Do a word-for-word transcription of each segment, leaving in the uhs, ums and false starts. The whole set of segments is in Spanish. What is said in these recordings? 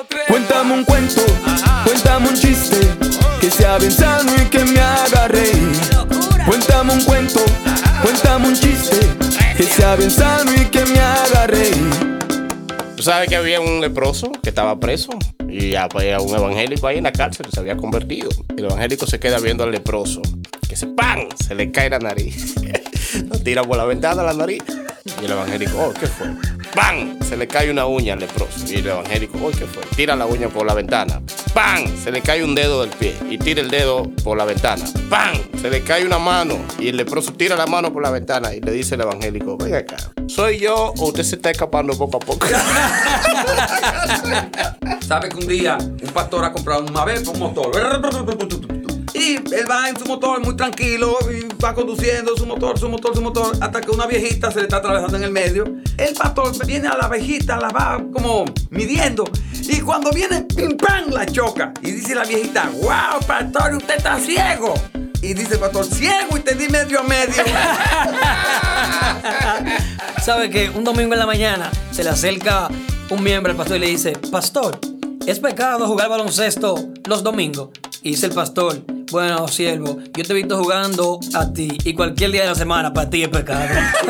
dos, tres. Cuéntame un cuento, cuéntame un chiste, que sea bien sano y que me haga reír. Cuéntame un cuento, cuéntame un chiste, que sea bien sano y que me haga reír. Tú sabes que había un leproso que estaba preso y había un evangélico ahí en la cárcel que se había convertido. El evangélico se queda viendo al leproso, que se ¡pam! Se le cae la nariz. Lo tira por la ventana la nariz. Y el evangélico, oh, ¿qué fue? ¡Pam! Se le cae una uña al leproso. Y el evangélico, oh, ¿qué fue? Tira la uña por la ventana. ¡Pam! Se le cae un dedo del pie. Y tira el dedo por la ventana. ¡Pam! Se le cae una mano. Y el leproso tira la mano por la ventana. Y le dice el evangélico, venga acá, ¿soy yo o usted se está escapando poco a poco? ¿Sabe que un día un pastor ha comprado un Maverick, un motor? Y él va en su motor muy tranquilo y va conduciendo su motor, su motor, su motor, hasta que una viejita se le está atravesando en el medio. El pastor viene a la viejita, la va como midiendo. Y cuando viene, ¡pim, pam!, la choca. Y dice la viejita, wow, pastor, usted está ciego. Y dice el pastor, ciego y te di medio a medio. ¿Sabe que un domingo en la mañana se le acerca un miembro al pastor y le dice, pastor, ¿es pecado jugar baloncesto los domingos? Y dice el pastor, bueno, siervo, yo te he visto jugando a ti y cualquier día de la semana para ti es pecado.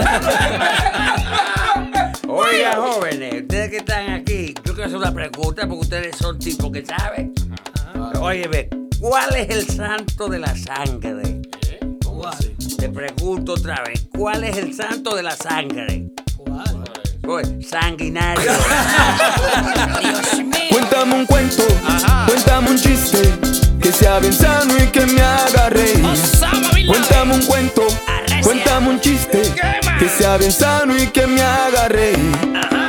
Oiga, jóvenes, ustedes que están aquí, yo quiero hacer una pregunta porque ustedes son tipos que saben. Óyeme, ¿cuál es el santo de la sangre? ¿Cuál? Te pregunto otra vez, ¿cuál es el santo de la sangre? ¿Cuál? Oye, sanguinario. Dios mío. Cuéntame un cuento, cuéntame un chiste, que sea bien sano y que me haga reír. Cuéntame un cuento, cuéntame un chiste, que sea bien sano y que me haga reír.